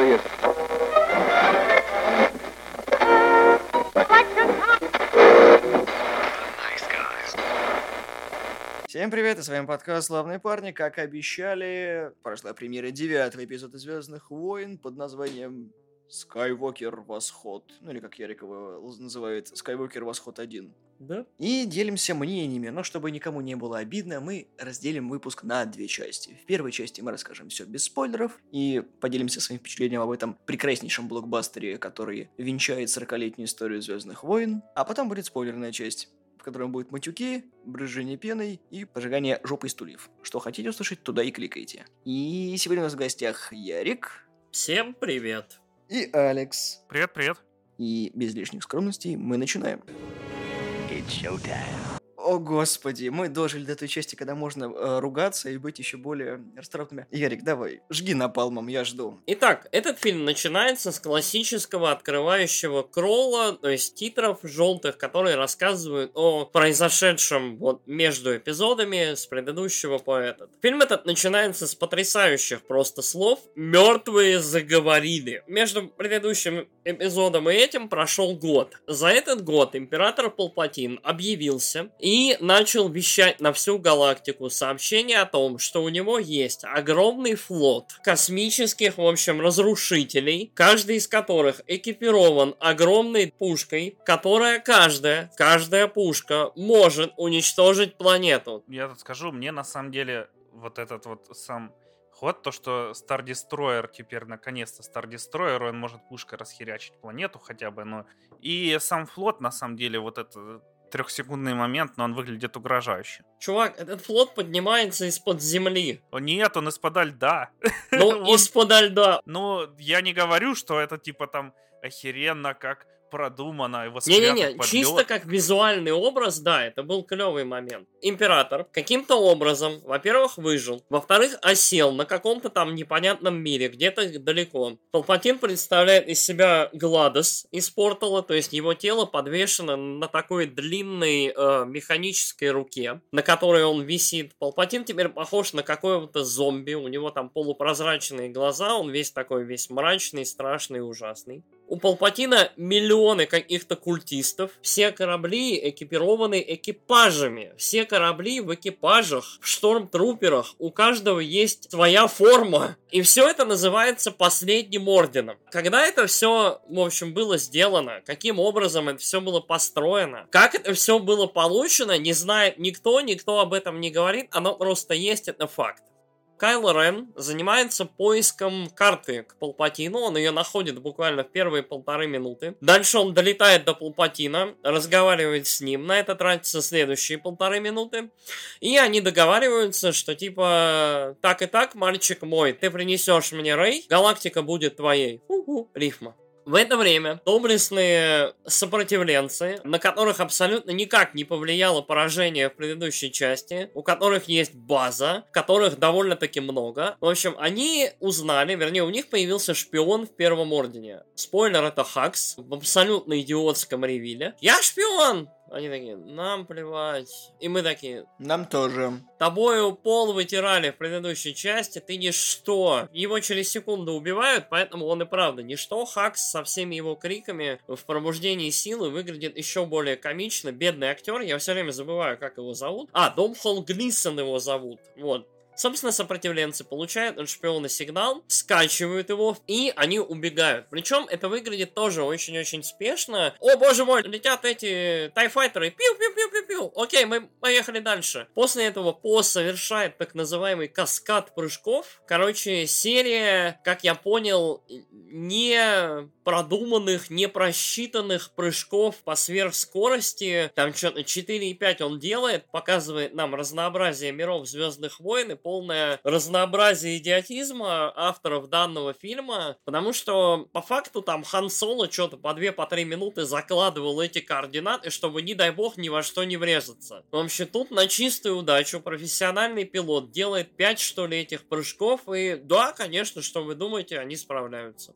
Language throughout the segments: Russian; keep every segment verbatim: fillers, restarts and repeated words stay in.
serious. Всем привет, и с вами подкаст «Славные парни». Как обещали, прошла премьера девятого эпизода «Звездных войн» под названием «Скайуокер Восход». Ну или, как Ярик его называет, «Скайуокер Восход один». Да? И делимся мнениями, но чтобы никому не было обидно, мы разделим выпуск на две части. В первой части мы расскажем все без спойлеров и поделимся своим впечатлением об этом прекраснейшем блокбастере, который венчает сорокалетнюю историю «Звездных войн», а потом будет спойлерная часть, в котором будут матюки, брызжение пеной и пожигание жопой стульев. Что хотите услышать, туда и кликайте. И сегодня у нас в гостях Ярик. Всем привет. И Алекс. Привет-привет. И без лишних скромностей мы начинаем. It's showtime. О, господи, мы дожили до той части, когда можно э, ругаться и быть еще более расторопными. Ярик, давай, жги напалмом, я жду. Итак, этот фильм начинается с классического открывающего кролла, то есть титров желтых, которые рассказывают о произошедшем вот между эпизодами с предыдущего по этот. Фильм этот начинается с потрясающих просто слов «Мертвые заговорили». Между предыдущим эпизодом и этим прошел год. За этот год император Палпатин объявился и И начал вещать на всю галактику сообщение о том, что у него есть огромный флот космических, в общем, разрушителей, каждый из которых экипирован огромной пушкой, которая каждая, каждая пушка может уничтожить планету. Я тут скажу, мне на самом деле вот этот вот сам ход, то, что Star Destroyer теперь наконец-то Star Destroyer, он может пушкой расхерячить планету хотя бы, но и сам флот на самом деле вот это... трехсекундный момент, но он выглядит угрожающе. Чувак, этот флот поднимается из-под земли. О, нет, он из-под льда. Ну, из-под льда. Ну, я не говорю, что это типа там охеренно, как продумано, его спрятать под Не-не-не, лёд. чисто как визуальный образ, да, это был клевый момент. Император каким-то образом, во-первых, выжил, во-вторых, осел на каком-то там непонятном мире, где-то далеко. Палпатин представляет из себя Гладос из Портала, то есть его тело подвешено на такой длинной э, механической руке, на которой он висит. Палпатин теперь похож на какого-то зомби, у него там полупрозрачные глаза, он весь такой, весь мрачный, страшный, ужасный. У Палпатина миллионы каких-то культистов. Все корабли экипированы экипажами. Все корабли в экипажах, в штормтруперах. У каждого есть своя форма. И все это называется последним орденом. Когда это все, в общем, было сделано, каким образом это все было построено, как это все было получено, не знает никто, никто об этом не говорит. Оно просто есть, это факт. Кайло Рен занимается поиском карты к Палпатину, он ее находит буквально в первые полторы минуты. Дальше он долетает до Палпатина, разговаривает с ним, на это тратится следующие полторы минуты. И они договариваются, что типа, так и так, мальчик мой, ты принесешь мне Рей, галактика будет твоей. У-ху, рифма. В это время доблестные сопротивленцы, на которых абсолютно никак не повлияло поражение в предыдущей части, у которых есть база, которых довольно-таки много. В общем, они узнали, вернее, у них появился шпион в Первом Ордене. Спойлер, это Хакс в абсолютно идиотском ревиле. Я шпион! Они такие, нам плевать. И мы такие, нам тоже. Тобою пол вытирали в предыдущей части, ты ничто. Его через секунду убивают, поэтому он и правда ничто. Хакс со всеми его криками в пробуждении силы выглядит еще более комично. Бедный актер, я все время забываю, как его зовут. А, Домхол Глисон его зовут. Вот. Собственно, сопротивленцы получают от шпиона сигнал, скачивают его, и они убегают. Причем это выглядит тоже очень-очень спешно. О, боже мой, летят эти тайфайтеры. Пиу-пиу-пиу-пиу-пиу. Окей, мы поехали дальше. После этого По совершает так называемый каскад прыжков. Короче, серия, как я понял, не продуманных, не просчитанных прыжков по сверхскорости. Там что-то четыре и пять он делает, показывает нам разнообразие миров Звездных войн и полное разнообразие идиотизма авторов данного фильма, потому что по факту там Хан Соло что-то по две-по три минуты закладывал эти координаты, чтобы, не дай бог, ни во что не врезаться. В общем, тут на чистую удачу профессиональный пилот делает пять, что ли, этих прыжков, и да, конечно, что вы думаете, они справляются.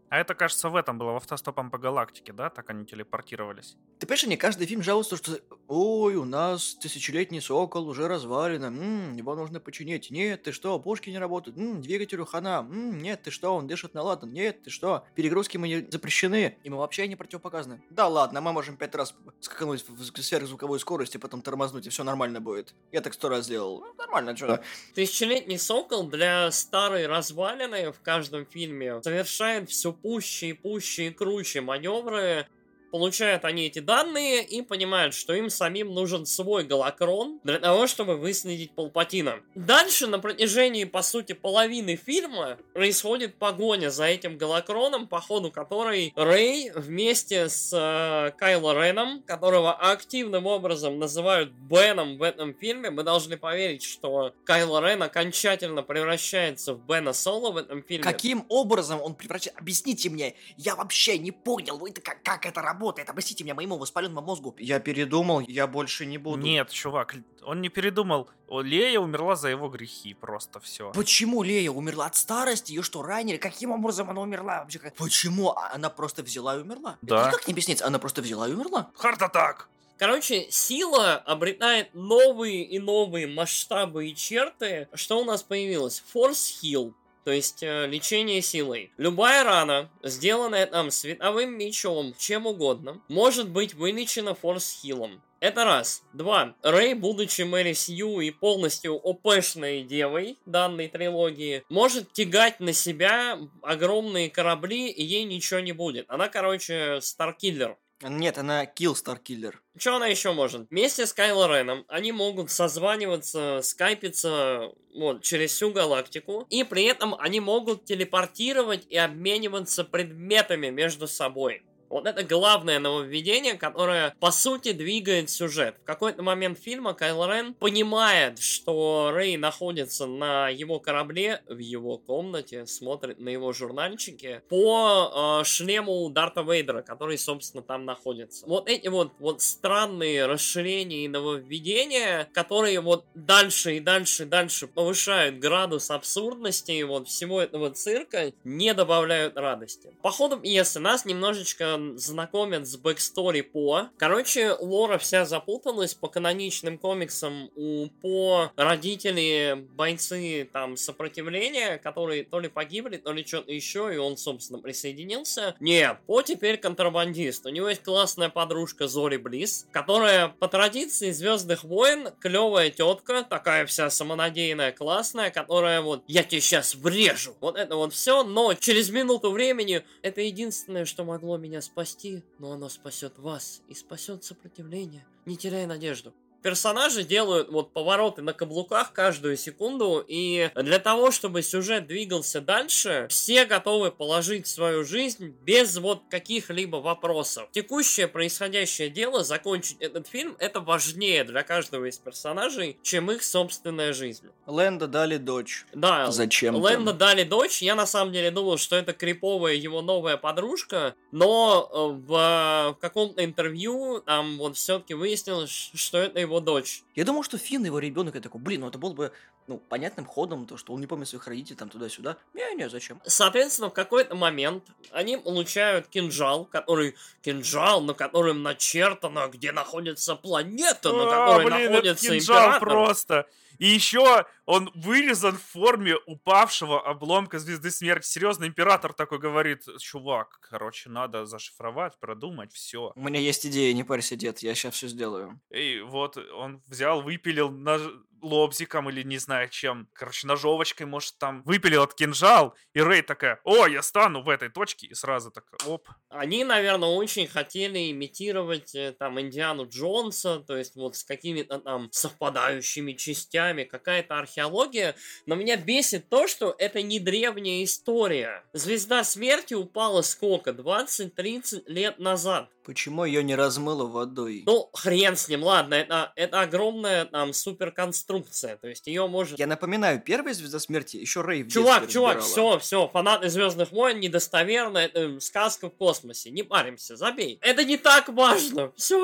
А это, кажется, в этом было, в «Автостопом по галактике», да? Так они телепортировались. Ты понимаешь, они каждый фильм жалуются, что «Ой, у нас тысячелетний сокол уже развалено, м, его нужно починить. Нет, ты что, пушки не работают? М, двигателю хана. М, нет, ты что, он дышит на ладан. Нет, ты что, перегрузки мы не запрещены, и мы вообще не противопоказаны. Да ладно, мы можем пять раз скакануть в в сверхзвуковую скорость и потом тормознуть, и все нормально будет. Я так сто раз сделал. Ну, нормально, что?» Тысячелетний сокол для старой развалины в каждом фильме совершает все пуще и пуще и круче маневры. Получают они эти данные и понимают, что им самим нужен свой голокрон для того, чтобы выследить Палпатина. Дальше на протяжении, по сути, половины фильма происходит погоня за этим голокроном, по ходу которой Рей вместе с э, Кайло Реном, которого активным образом называют Беном в этом фильме, мы должны поверить, что Кайло Рен окончательно превращается в Бена Соло в этом фильме. Каким образом он превращается? Объясните мне, я вообще не понял, это как, как это работает? Объясните мне, моему воспаленному мозгу. Я передумал, я больше не буду. Нет, чувак, он не передумал. О, Лея умерла за его грехи, просто все. Почему Лея умерла от старости? Ее что, ранили? Каким образом она умерла? Вообще, как- Почему? А Она просто взяла и умерла? Да. Это как не объяснить? Она просто взяла и умерла? Хард-атак! Короче, сила обретает новые и новые масштабы и черты. Что у нас появилось? Force Heal. То есть э, лечение силой. Любая рана, сделанная там световым мечом, чем угодно, может быть вылечена форс-хилом. Это раз. Два. Рей, будучи Мэри Сью и полностью ОПшной девой данной трилогии, может тягать на себя огромные корабли, и ей ничего не будет. Она, короче, Старкиллер. Нет, она Kill Starkiller. Что она еще может? Вместе с Кайло Реном они могут созваниваться, скайпиться вот, через всю галактику. И при этом они могут телепортировать и обмениваться предметами между собой. Вот это главное нововведение, которое, по сути, двигает сюжет. В какой-то момент фильма Кайло Рен понимает, что Рей находится на его корабле, в его комнате, смотрит на его журнальчики по э, шлему Дарта Вейдера, который, собственно, там находится. Вот эти вот, вот странные расширения и нововведения, которые вот дальше и дальше и дальше повышают градус абсурдности и вот всего этого цирка, не добавляют радости. По ходу пьесы нас немножечко знакомят с бэкстори По. Короче, лора вся запуталась. По каноничным комиксам у По родители бойцы там сопротивления, которые то ли погибли, то ли что-то еще, и он, собственно, присоединился. Не, По теперь контрабандист. У него есть классная подружка Зори Блисс, которая по традиции Звездных войн клевая тетка, такая вся самонадеянная, классная, которая вот я тебе сейчас врежу. Вот это вот все, но через минуту времени это единственное, что могло меня спасти, но оно спасет вас и спасет сопротивление. Не теряй надежду. Персонажи делают вот повороты на каблуках каждую секунду, и для того, чтобы сюжет двигался дальше, все готовы положить свою жизнь без вот каких-либо вопросов. Текущее происходящее дело, закончить этот фильм, это важнее для каждого из персонажей, чем их собственная жизнь. Лэнда дали дочь. Да, Зачем? Лэнда дали дочь. Я на самом деле думал, что это криповая его новая подружка, но э, в, в каком-то интервью там вот все-таки выяснилось, что это его дочь. Я думал, что Финн его ребенок, я такой, блин, ну это было бы, ну, понятным ходом, то, что он не помнит своих родителей, там, туда-сюда. Не-не, зачем? Соответственно, в какой-то момент они получают кинжал, который... Кинжал, на котором начертано, где находится планета, на которой О, блин, находится это кинжал император. просто. И еще он вырезан в форме упавшего обломка Звезды Смерти. Серьезно, император такой говорит: чувак, короче, надо зашифровать, продумать, все. У меня есть идея, не парься, дед, я сейчас все сделаю. И вот он взял, выпилил нож... лобзиком или не знаю чем, короче, ножовочкой, может, там, выпилил от кинжал, и Рей такая: о, я стану в этой точке, и сразу так, оп. Они, наверное, очень хотели имитировать э, там Индиану Джонса, то есть вот с какими-то там совпадающими частями, какая-то археология, но меня бесит то, что это не древняя история. Звезда Смерти упала сколько? двадцать-тридцать лет назад. Почему ее не размыло водой? Ну, хрен с ним, ладно, это, это огромная там суперконструкция, то есть ее можно... Я напоминаю, первая Звезда Смерти еще Рей в Чувак, детстве чувак, разбирала. все, все, фанаты Звездных войн недостоверно, это сказка в космосе, не паримся, забей. Это не так важно, все.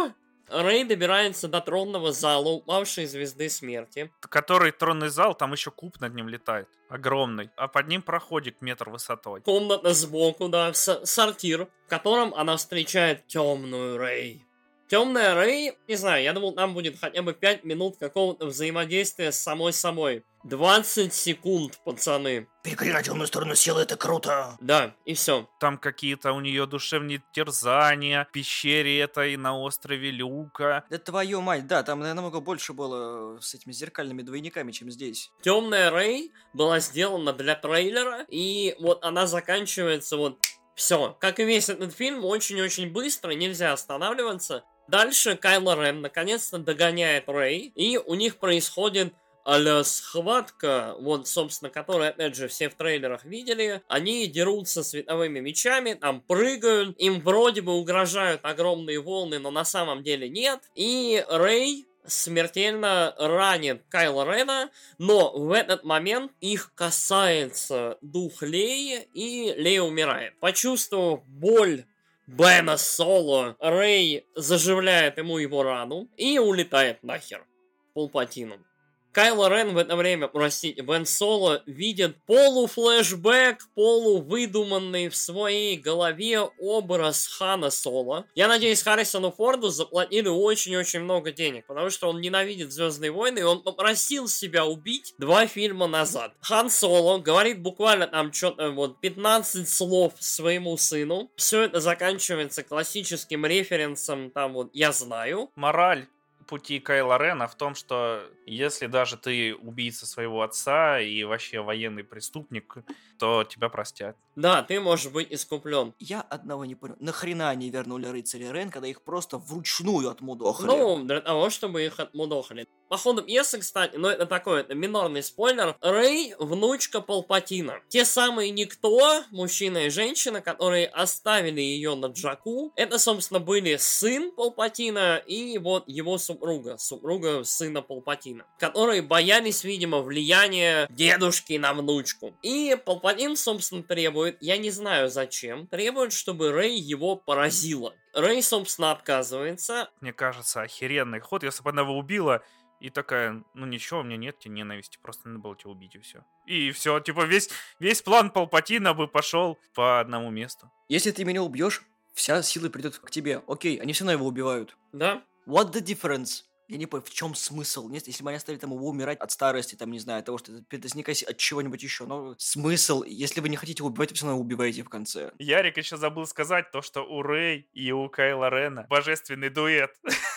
Рэй добирается до тронного зала упавшей звезды смерти. Который тронный зал, там еще куб над ним летает. Огромный. А под ним проходик метр высотой. Комната сбоку, да, с- сортир, в котором она встречает темную Рэй. Темная Рэй, не знаю, я думал, там будет хотя бы пять минут какого-то взаимодействия с самой собой. двадцать секунд, пацаны. Перекати на темную сторону силы, это круто. Да, и все. Там какие-то у нее душевные терзания, в пещере этой на острове Люка. Да твою мать, да, там намного больше было с этими зеркальными двойниками, чем здесь. Темная Рэй была сделана для трейлера, и вот она заканчивается вот все. Как и весь этот фильм, очень-очень быстро, нельзя останавливаться. Дальше Кайло Рен наконец-то догоняет Рэй, и у них происходит а-ля схватка, вот, собственно, которую, опять же, все в трейлерах видели. Они дерутся световыми мечами, там прыгают, им вроде бы угрожают огромные волны, но на самом деле нет. И Рэй смертельно ранит Кайло Рена, но в этот момент их касается дух Леи, и Лея умирает. Почувствовав боль Бена Соло, Рэй заживляет ему его рану и улетает нахер Палпатину. Кайло Рен в это время, простите, Бен Соло видит полуфлэшбэк, полувыдуманный в своей голове образ Хана Соло. Я надеюсь, Харрисону Форду заплатили очень-очень много денег, потому что он ненавидит Звездные войны, и он попросил себя убить два фильма назад. Хан Соло говорит буквально там что-то вот пятнадцать слов своему сыну. Все это заканчивается классическим референсом, там вот «я знаю». Мораль пути Кайло Рена в том, что если даже ты убийца своего отца и вообще военный преступник, то тебя простят. Да, ты можешь быть искуплен. Я одного не понял. Нахрена они вернули рыцаря Рен, когда их просто вручную отмудохали? Ну, для того, чтобы их отмудохали. По ходу пьесы, кстати, но это такой, это минорный спойлер, Рэй — внучка Палпатина. Те самые никто, мужчина и женщина, которые оставили ее на Джаку, это, собственно, были сын Палпатина и вот его супруга, супруга сына Палпатина, которые боялись, видимо, влияния дедушки на внучку. И Палпатин, собственно, требует, я не знаю зачем, требует, чтобы Рэй его поразила. Рэй, собственно, отказывается. Мне кажется, охеренный ход, если бы она его убила, и такая, ну ничего, у меня нет тебе ненависти, просто надо было тебя убить, и все. И все, типа весь, весь план Палпатина бы пошел по одному месту. Если ты меня убьешь, вся сила придет к тебе. Окей, они все равно его убивают. Да. What the difference? Я не понимаю, в чем смысл? Нет, если бы они оставили там его умирать от старости, там, не знаю, от того, что передозника от чего-нибудь еще. Но смысл, если вы не хотите его убивать, вы все равно убиваете в конце. Ярик еще забыл сказать то, что у Рэй и у Кайло Рена божественный дуэт.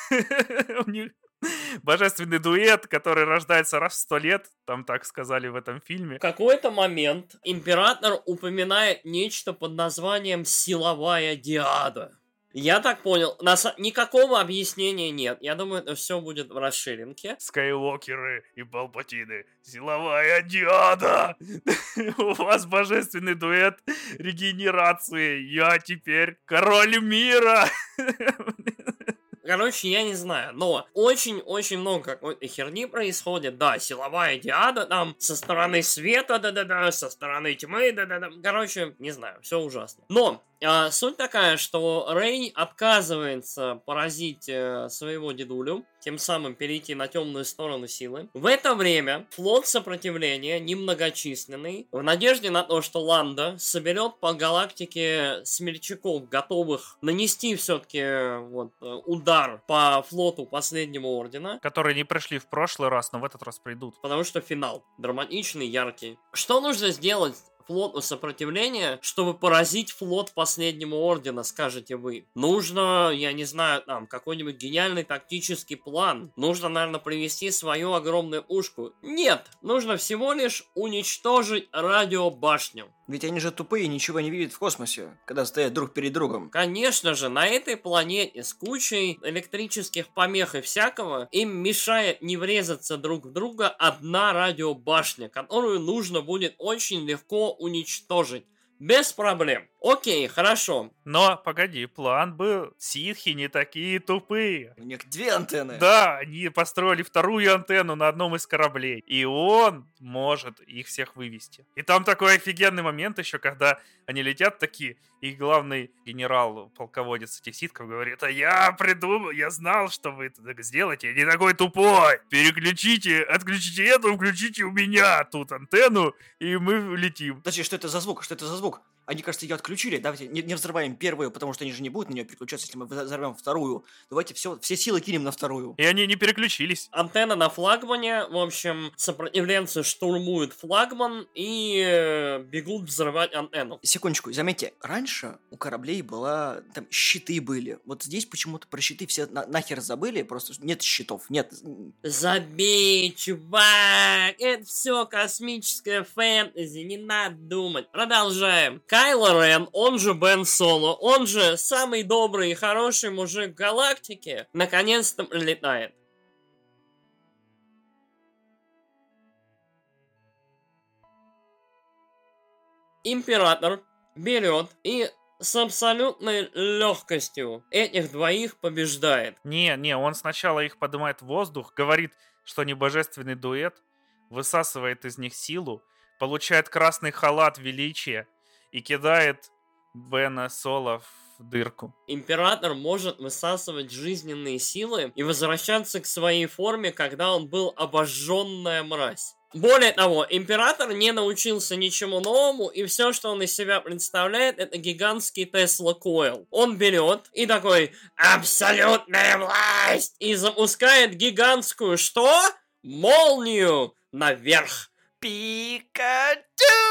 У них божественный дуэт, который рождается раз в сто лет, там так сказали в этом фильме. В какой-то момент император упоминает нечто под названием «силовая диада». Я так понял, нас... никакого объяснения нет. Я думаю, это все будет в расширенке. Скайуокеры и Палпатины. Силовая диада! У вас божественный дуэт регенерации. Я теперь король мира! Короче, я не знаю, но очень-очень много какой-то херни происходит. Да, силовая диада там со стороны света, да-да-да, со стороны тьмы, да-да-да. Короче, не знаю, все ужасно. Но а, суть такая, что Рэй отказывается поразить э, своего дедулю, тем самым перейти на темную сторону силы. В это время флот сопротивления, немногочисленный, в надежде на то, что Ланда соберет по галактике смельчаков, готовых нанести все-таки вот, удар по флоту Последнего Ордена. Которые не пришли в прошлый раз, но в этот раз придут. Потому что финал драматичный, яркий. Что нужно сделать флоту сопротивления, чтобы поразить флот Последнего Ордена, скажете вы? Нужно, я не знаю, там, какой-нибудь гениальный тактический план. Нужно, наверное, привести свою огромную ушку. Нет, нужно всего лишь уничтожить радиобашню. Ведь они же тупые и ничего не видят в космосе, когда стоят друг перед другом. Конечно же, на этой планете с кучей электрических помех и всякого им мешает не врезаться друг в друга одна радиобашня, которую нужно будет очень легко уничтожить. Без проблем. Окей, хорошо. Но, погоди, план был. Ситхи не такие тупые. У них две антенны. Да, они построили вторую антенну на одном из кораблей. И он может их всех вывести. И там такой офигенный момент еще, когда они летят такие, и главный генерал, полководец этих ситхов говорит: а я придумал, я знал, что вы это так сделаете, я не такой тупой. Переключите, отключите эту, включите у меня тут антенну, и мы летим. Подожди, что это за звук? Что это за звук? Они, кажется, ее отключили. Давайте не, не взрываем первую, потому что они же не будут на нее переключаться, если мы взорвем вторую. Давайте все, все силы кинем на вторую. И они не переключились. Антенна на флагмане, в общем, сопротивленцы штурмуют флагман и э, бегут взрывать антенну. Секундочку, заметьте, раньше у кораблей была, там, щиты были. Вот здесь почему-то про щиты все на- нахер забыли, просто нет щитов, нет. Забей, чувак, это все космическое фэнтези, не надо думать. Продолжаем. Кайло Рен, он же Бен Соло, он же самый добрый и хороший мужик галактики, наконец-то прилетает. Император берет и с абсолютной легкостью этих двоих побеждает. Не, не, он сначала их поднимает в воздух, говорит, что они божественный дуэт, высасывает из них силу, получает красный халат величия и кидает Бена Соло в дырку. Император может высасывать жизненные силы и возвращаться к своей форме, когда он был обожженная мразь. Более того, император не научился ничему новому, и все, что он из себя представляет, это гигантский Тесла Койл. Он берет и такой: абсолютная власть! И запускает гигантскую что? Молнию наверх. Пикачу!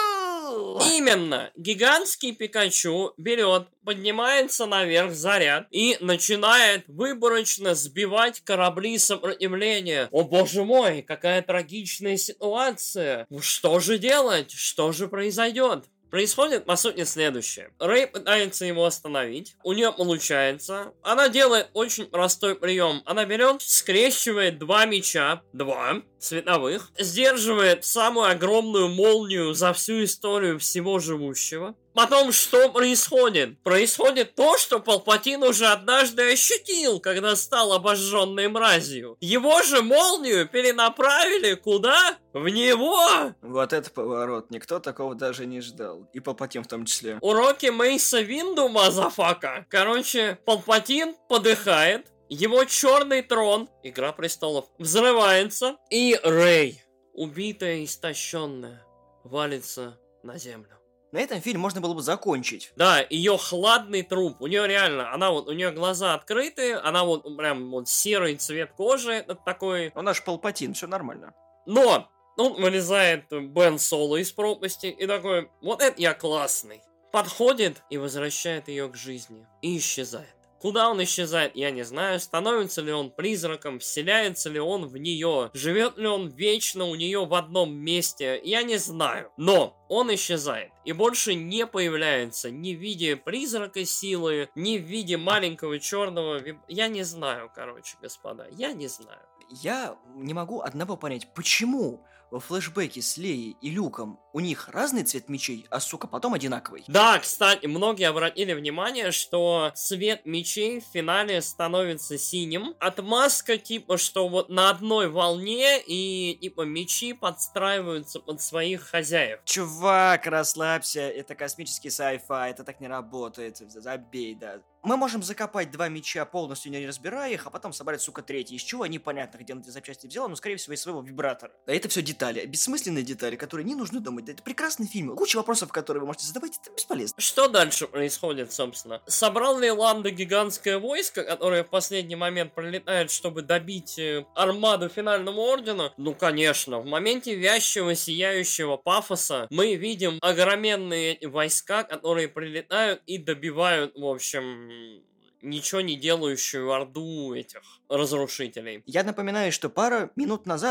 Именно, гигантский Пикачу берет, поднимается наверх заряд и начинает выборочно сбивать корабли сопротивления. О боже мой, какая трагичная ситуация. Что же делать? Что же произойдет? Происходит, по сути, следующее. Рэй пытается его остановить, у нее получается. Она делает очень простой прием. Она берет, скрещивает два меча, два световых, сдерживает самую огромную молнию за всю историю всего живущего. Потом что происходит? Происходит то, что Палпатин уже однажды ощутил, когда стал обожженной мразью. Его же молнию перенаправили куда? В него! Вот это поворот. Никто такого даже не ждал. И Палпатин в том числе. Уроки Мейса Винду, мазафака. Короче, Палпатин подыхает, его черный трон, Игра престолов, взрывается, и Рэй, убитая и истощенная, валится на землю. На этом фильм можно было бы закончить. Да, ее хладный труп. У нее реально, она вот, у нее глаза открыты, она вот прям вот серый цвет кожи, это такой. Он наш Палпатин, все нормально. Но он вылезает Бен Соло из пропасти и такой: вот это я классный. Подходит и возвращает ее к жизни. И исчезает. Куда он исчезает, я не знаю. Становится ли он призраком, вселяется ли он в нее, живет ли он вечно у нее в одном месте, я не знаю. Но он исчезает и больше не появляется ни в виде призрака силы, ни в виде маленького черного виб... Я не знаю, короче, господа, я не знаю. Я не могу одного понять, почему во флешбеке с Леей и Люком у них разный цвет мечей, а, сука, потом одинаковый. Да, кстати, многие обратили внимание, что цвет мечей в финале становится синим. Отмазка типа, что вот на одной волне и типа мечи подстраиваются под своих хозяев. Чувак, расслабься, это космический sci-fi, это так не работает, забей, да. Мы можем закопать два меча, полностью не разбирая их, а потом собрать, сука, третий, из чего непонятно, где он эти запчасти взял, но, скорее всего, из своего вибратора. А это все детали, бессмысленные детали, которые не нужны думать. Это прекрасный фильм, куча вопросов, которые вы можете задавать, это бесполезно. Что дальше происходит, собственно? Собрал ли Ландо гигантское войско, которое в последний момент прилетает, чтобы добить э, армаду финального ордена? Ну, конечно, в моменте вязчего, сияющего пафоса мы видим огроменные войска, которые прилетают и добивают, в общем, ничего не делающую орду этих разрушителей. Я напоминаю, что пару минут назад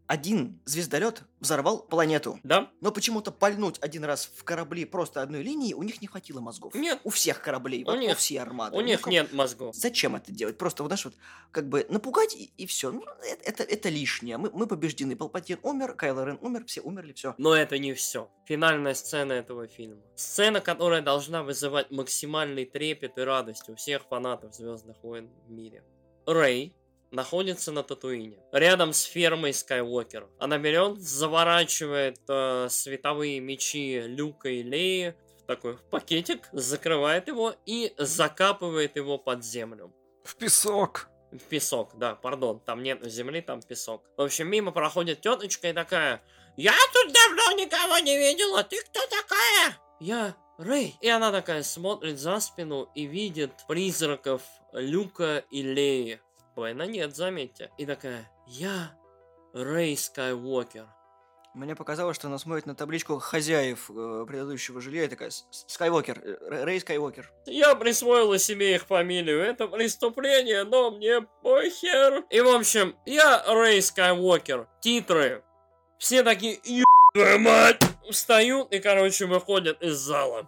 один звездолет взорвал планету. Да? Но почему-то пальнуть один раз в корабли просто одной линии у них не хватило мозгов. Нет. У всех кораблей, У вот, у них- всей армады. У Ну, них как- нет мозгов. Зачем это делать? Просто, вот, знаешь, вот, как бы напугать и, и все. Ну, это, это, это лишнее. Мы, мы побеждены. Палпатин умер, Кайло Рен умер, все умерли, все. Но это не все. Финальная сцена этого фильма. Сцена, которая должна вызывать максимальный трепет и радость у всех фанатов Звездных войн в мире. Рэй находится на Татуине, рядом с фермой Скайуокер. Она берет, заворачивает э, световые мечи Люка и Леи в такой пакетик, закрывает его и закапывает его под землю. В песок. В песок, да, пардон, там нет земли, там песок. В общем, мимо проходит теточка и такая: «Я тут давно никого не видела, ты кто такая?» «Я Рэй». И она такая смотрит за спину и видит призраков Люка и Леи. Бэна нет, заметьте. И такая: «Я Рэй Скайуокер». Мне показалось, что она смотрит на табличку хозяев э, предыдущего жилья и такая: «С- Скайуокер, э, Рэй Скайуокер». Я присвоила себе их фамилию. Это преступление, но мне похер. И в общем, я Рэй Скайуокер. Титры. Все такие: «Ебаная мать!» Встают и, короче, выходят из зала.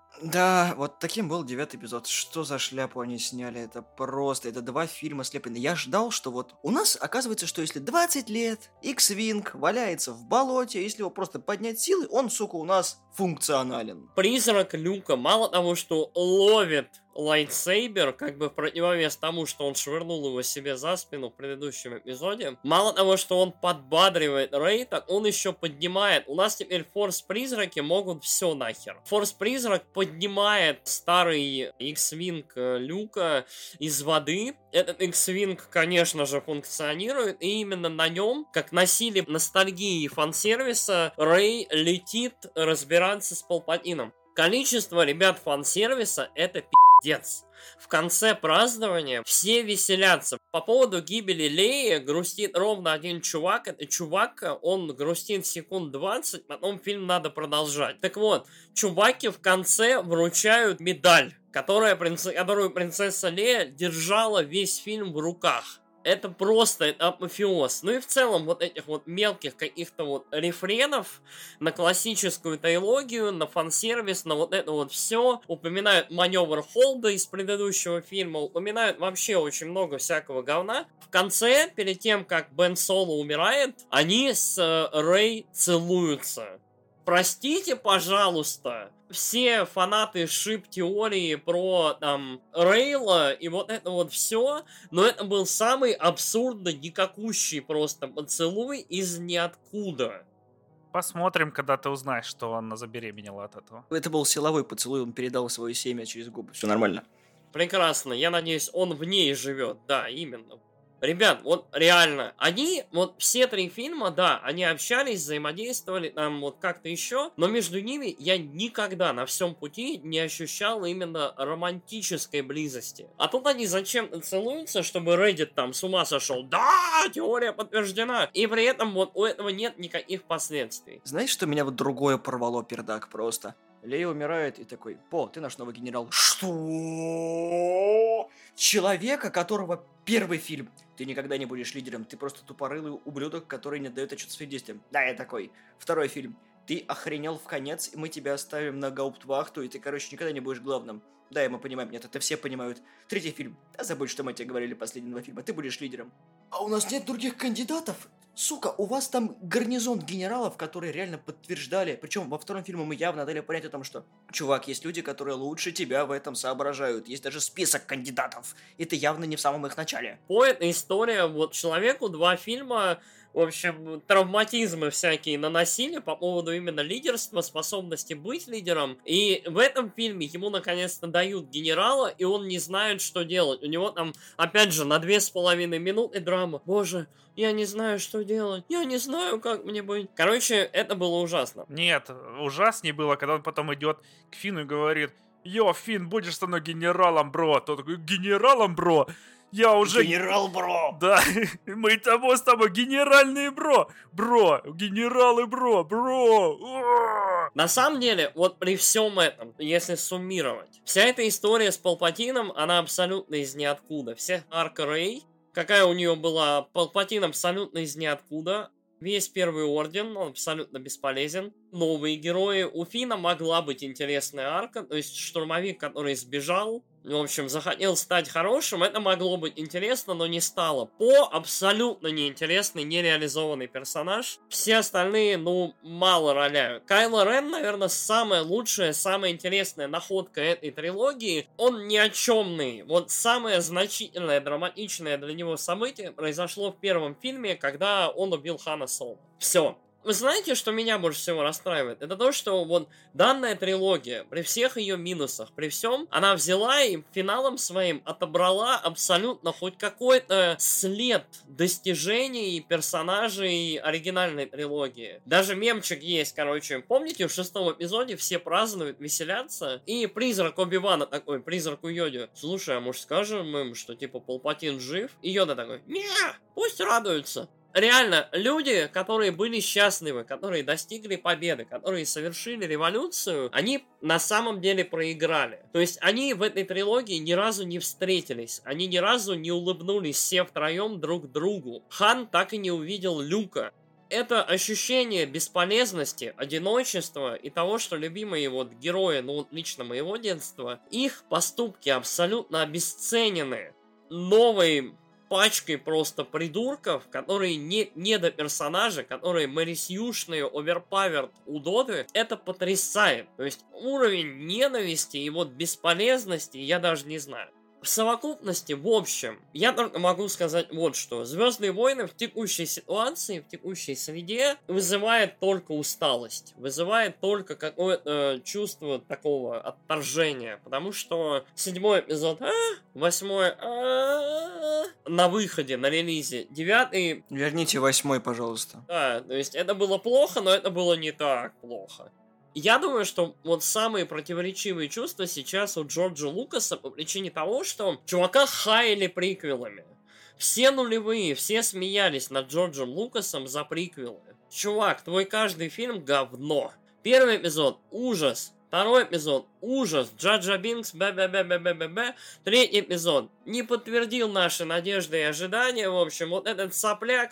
Да, вот таким был девятый эпизод. Что за шляпу они сняли? Это просто, это два фильма слеплены. Я ждал, что вот у нас оказывается, что если двадцать лет, X-Wing валяется в болоте, если его просто поднять силы, он, сука, у нас функционален. Призрак Люка мало того, что ловит лайтсейбер, как бы в противовес тому, что он швырнул его себе за спину в предыдущем эпизоде, мало того, что он подбадривает Рэй, так он еще поднимает. У нас теперь форс-призраки могут все нахер. Форс-призрак поднимает старый X-Wing Люка из воды. Этот X-Wing, конечно же, функционирует, и именно на нем, как носили ностальгии и фан-сервиса, Рэй летит разбираться с Палпатином. Количество ребят фан-сервиса — это пиздец. В конце празднования все веселятся. По поводу гибели Леи грустит ровно один чувак. Это чувак, он грустит секунд двадцать, потом фильм надо продолжать. Так вот, чуваки в конце вручают медаль, которая, принц- которую принцесса Лея держала весь фильм в руках. Это просто это апофеоз. Ну и в целом вот этих вот мелких каких-то вот рефренов на классическую трилогию, на фан-сервис, на вот это вот все. Упоминают маневр Холда из предыдущего фильма, упоминают вообще очень много всякого говна. В конце, перед тем, как Бен Соло умирает, они с э, Рэй целуются. Простите, пожалуйста, все фанаты шип-теории про там Рейла и вот это вот все, но это был самый абсурдно никакущий просто поцелуй из ниоткуда. Посмотрим, когда ты узнаешь, что она забеременела от этого. Это был силовой поцелуй, он передал свое семя через губы. Все нормально. Прекрасно, я надеюсь, он в ней живет, да, именно. Ребят, вот реально, они, вот все три фильма, да, они общались, взаимодействовали, там вот как-то еще, но между ними я никогда на всем пути не ощущал именно романтической близости. А тут они зачем-то целуются, чтобы Reddit там с ума сошел. Да, теория подтверждена. И при этом вот у этого нет никаких последствий. Знаешь, что меня вот другое порвало, пердак, просто? Лея умирает и такой: «По, ты наш новый генерал». Что? Человека, которого первый фильм: «Ты никогда не будешь лидером, ты просто тупорылый ублюдок, который не отдает отчет своим действиям». Да, я такой. Второй фильм: «Ты охренел в конец, и мы тебя оставим на гауптвахту, и ты, короче, никогда не будешь главным». Да, и мы понимаем, нет, это все понимают. Третий фильм: «Да забудь, что мы тебе говорили последние два фильма, ты будешь лидером». А у нас нет других кандидатов? Сука, у вас там гарнизон генералов, которые реально подтверждали. Причем во втором фильме мы явно дали понять о том, что: чувак, есть люди, которые лучше тебя в этом соображают. Есть даже список кандидатов. Это явно не в самом их начале. По этой истории, вот человеку два фильма, в общем, травматизмы всякие наносили по поводу именно лидерства, способности быть лидером. И в этом фильме ему наконец-то дают генерала, и он не знает, что делать. У него там, опять же, на две с половиной минуты драма. Боже, я не знаю, что делать. Я не знаю, как мне быть. Короче, это было ужасно. Нет, ужаснее было, когда он потом идет к Финну и говорит: «Йо, Финн, будешь со мной генералом, бро?» Тот такой: «Генералом, бро? Я уже...» Генерал, бро! Да, мы того с тобой генеральные бро. Бро, генералы, бро, бро. Уа! На самом деле, вот при всем этом, если суммировать, вся эта история с Палпатином, она абсолютно из ниоткуда. Вся арка Рэй, какая у нее была, Палпатин абсолютно из ниоткуда. Весь Первый Орден, он абсолютно бесполезен. Новые герои. У Фина могла быть интересная арка, то есть штурмовик, который сбежал, в общем, захотел стать хорошим, это могло быть интересно, но не стало. По абсолютно неинтересный, нереализованный персонаж. Все остальные, ну, мало роляют. Кайло Рен, наверное, самая лучшая, самая интересная находка этой трилогии. Он ни о чемный. Вот самое значительное, драматичное для него событие произошло в первом фильме, когда он убил Хана Соло. Все. Вы знаете, что меня больше всего расстраивает? Это то, что вот данная трилогия, при всех ее минусах, при всем, она взяла и финалом своим отобрала абсолютно хоть какой-то след достижений персонажей оригинальной трилогии. Даже мемчик есть, короче. Помните, в шестом эпизоде все празднуют, веселятся, и призрак Оби-Вана такой, призрак у Йоди: слушай, а может скажем им, что типа Палпатин жив? И Йода такой: не, пусть радуются. Реально, люди, которые были счастливы, которые достигли победы, которые совершили революцию, они на самом деле проиграли. То есть они в этой трилогии ни разу не встретились, они ни разу не улыбнулись все втроем друг другу. Хан так и не увидел Люка. Это ощущение бесполезности, одиночества и того, что любимые вот герои, ну лично моего детства, их поступки абсолютно обесценены новой пачкой просто придурков, которые не, не до персонажа, которые мэрисьюшные, оверпаверд удоды, это потрясает. То есть уровень ненависти и вот бесполезности я даже не знаю. В совокупности, в общем, я только могу сказать вот что. Звездные войны в текущей ситуации, в текущей среде вызывает только усталость. Вызывает только какое-то чувство такого отторжения. Потому что седьмой эпизод, а, восьмой, а, на выходе, на релизе, девятый... Верните восьмой, пожалуйста. Да, то есть это было плохо, но это было не так плохо. Я думаю, что вот самые противоречивые чувства сейчас у Джорджа Лукаса по причине того, что чувака хаяли приквелами. Все нулевые, все смеялись над Джорджем Лукасом за приквелы. Чувак, твой каждый фильм говно. Первый эпизод — ужас. Второй эпизод — ужас. Джаджа Бинкс, бе-бе-бе-бе-бе-бе. Третий эпизод не подтвердил наши надежды и ожидания. В общем, вот этот сопляк,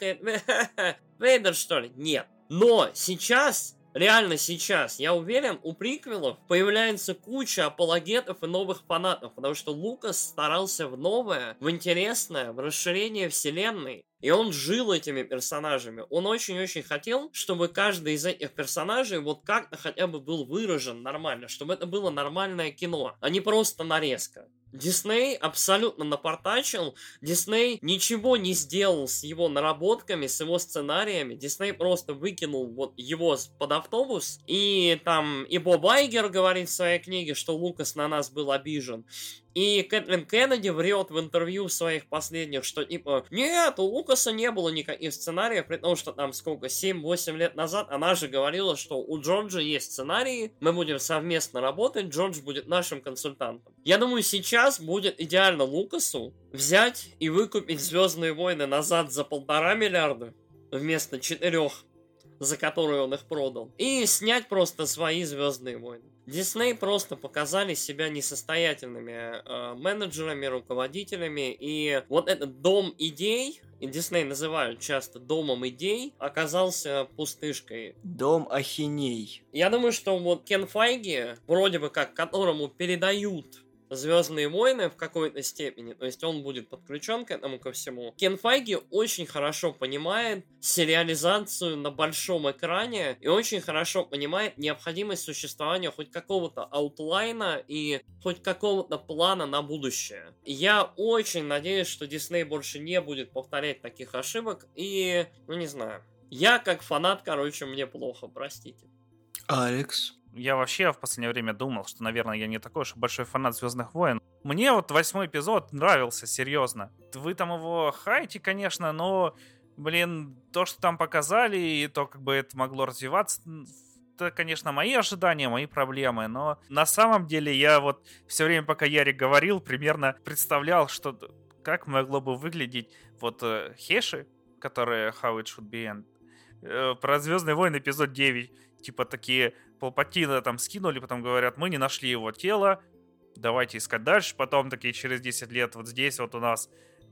Вейдер, что ли? Нет. Но сейчас... Реально сейчас, я уверен, у приквелов появляется куча апологетов и новых фанатов, потому что Лукас старался в новое, в интересное, в расширение вселенной. И он жил этими персонажами. Он очень-очень хотел, чтобы каждый из этих персонажей вот как-то хотя бы был выражен нормально, чтобы это было нормальное кино, а не просто нарезка. Дисней абсолютно напортачил, Дисней ничего не сделал с его наработками, с его сценариями, Дисней просто выкинул вот его под автобус, и там и Боб Айгер говорит в своей книге, что Лукас на нас был обижен. И Кэтлин Кеннеди врет в интервью своих последних, что типа, нет, у Лукаса не было никаких сценариев, при том, что там сколько, семь-восемь лет назад она же говорила, что у Джорджа есть сценарии, мы будем совместно работать, Джордж будет нашим консультантом. Я думаю, сейчас будет идеально Лукасу взять и выкупить «Звездные войны» назад за полтора миллиарда вместо четырех, за которые он их продал, и снять просто свои «Звездные войны». Дисней просто показали себя несостоятельными э, менеджерами, руководителями, и вот этот дом идей, и Дисней называют часто домом идей, оказался пустышкой. Дом ахиней. Я думаю, что вот Кен Файги, вроде бы как которому передают «Звездные войны» в какой-то степени, то есть он будет подключен к этому ко всему. Кен Файги очень хорошо понимает сериализацию на большом экране и очень хорошо понимает необходимость существования хоть какого-то аутлайна и хоть какого-то плана на будущее. Я очень надеюсь, что Дисней больше не будет повторять таких ошибок и, ну не знаю, я как фанат, короче, мне плохо, простите. Алекс? Я вообще в последнее время думал, что, наверное, я не такой уж большой фанат «Звездных войн». Мне вот восьмой эпизод нравился, серьезно. Вы там его хаете, конечно, но, блин, то, что там показали, и то, как бы это могло развиваться, это, конечно, мои ожидания, мои проблемы, но на самом деле я вот все время, пока Ярик говорил, примерно представлял, что как могло бы выглядеть вот э, Хеши, которая How It Should Be End, э, про «Звездные войны» эпизод девять, типа такие... Палпатина там скинули, потом говорят, мы не нашли его тело, давайте искать дальше. Потом такие через десять лет вот здесь вот у нас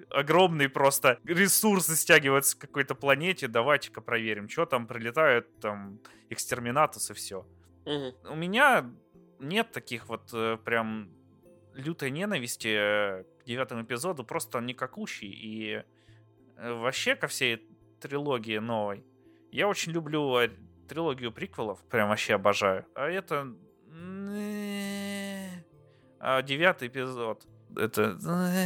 огромный просто ресурсы стягиваются к какой-то планете, давайте-ка проверим, что там прилетают, там, экстерминатус и все. Угу. У меня нет таких вот э, прям лютой ненависти э, к девятому эпизоду, просто он никакущий, и э, вообще ко всей трилогии новой. Я очень люблю э, трилогию приквелов, прям вообще обожаю. А это... А девятый эпизод, это...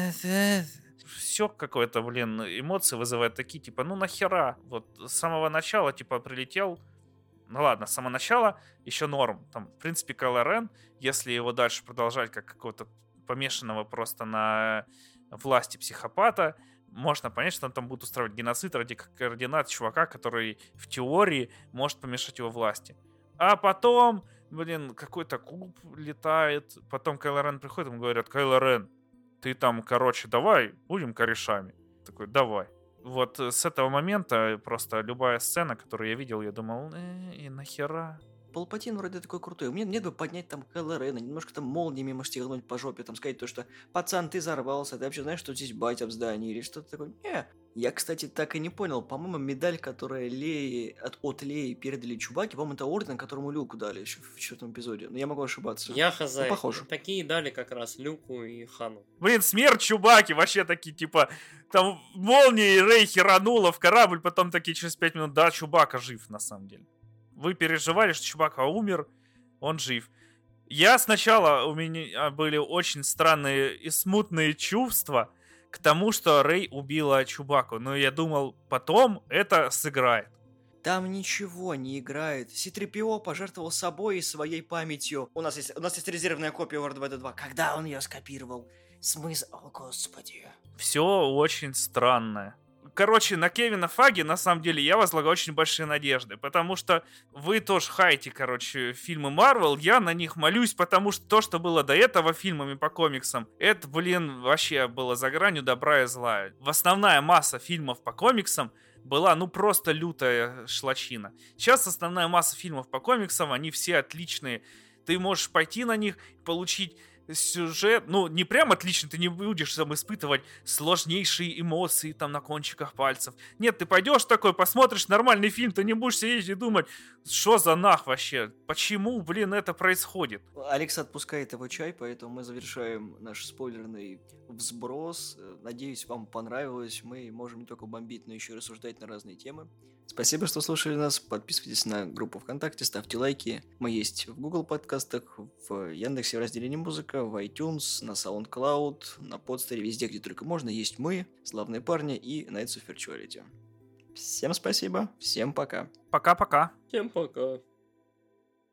Все какое-то, блин, эмоции вызывает такие, типа, ну нахера? Вот с самого начала, типа, прилетел... Ну ладно, с самого начала еще норм. Там, в принципе, Кайло Рен, если его дальше продолжать как какого-то помешанного просто на власти психопата, можно понять, что он там будет устраивать геноцид ради координат чувака, который в теории может помешать его власти. А потом, блин, какой-то куб летает, потом Кайло Рен приходит, ему говорят: Кайло Рен, ты там, короче, давай, будем корешами. Такой, давай. Вот с этого момента просто любая сцена, которую я видел, я думал, э, и нахера? Палпатин вроде такой крутой. Мне нет бы поднять там Кайло Рена, немножко там молниями может стегнуть по жопе, там сказать то, что пацан, ты взорвался, ты вообще знаешь, что здесь батя в здании или что-то такое. Не. Я, кстати, так и не понял. По-моему, медаль, которая Леи, от, от Леи передали Чубаке, по-моему, это орден, которому Люку дали еще в четвертом эпизоде. Но я могу ошибаться. Я хз. Ну, похоже. Такие дали как раз Люку и Хану. Блин, смерть Чубаки, вообще такие, типа, там молнией Рей херанула в корабль, потом такие через пять минут, да, Чубака жив, на самом деле. Вы переживали, что Чубака умер, он жив. Я сначала, у меня были очень странные и смутные чувства к тому, что Рей убила Чубаку, но я думал, потом это сыграет. Там ничего не играет. си три пи о пожертвовал собой и своей памятью. У нас есть, у нас есть резервная копия World War два. Когда он ее скопировал? Смысл? О, господи. Все очень странное. Короче, на Кевина Файги, на самом деле, я возлагаю очень большие надежды, потому что вы тоже хаете, короче, фильмы Марвел, я на них молюсь, потому что то, что было до этого фильмами по комиксам, это, блин, вообще было за гранью добра и зла. Основная масса фильмов по комиксам была, ну, просто лютая шлачина. Сейчас основная масса фильмов по комиксам, они все отличные. Ты можешь пойти на них, получить сюжет, ну, не прям отлично, ты не будешь там испытывать сложнейшие эмоции там на кончиках пальцев. Нет, ты пойдешь такой, посмотришь нормальный фильм, ты не будешь сидеть и думать, что за нах вообще, почему, блин, это происходит. Алекс отпускает его чай, поэтому мы завершаем наш спойлерный взброс. Надеюсь, вам понравилось. Мы можем не только бомбить, но еще и рассуждать на разные темы. Спасибо, что слушали нас. Подписывайтесь на группу ВКонтакте, ставьте лайки. Мы есть в Google подкастах, в Яндексе в разделе «Музыка», в iTunes, на SoundCloud, на Подстере, везде, где только можно. Есть мы, славные парни и Nights of Virtuality. Всем спасибо, всем пока. Пока-пока. Всем пока.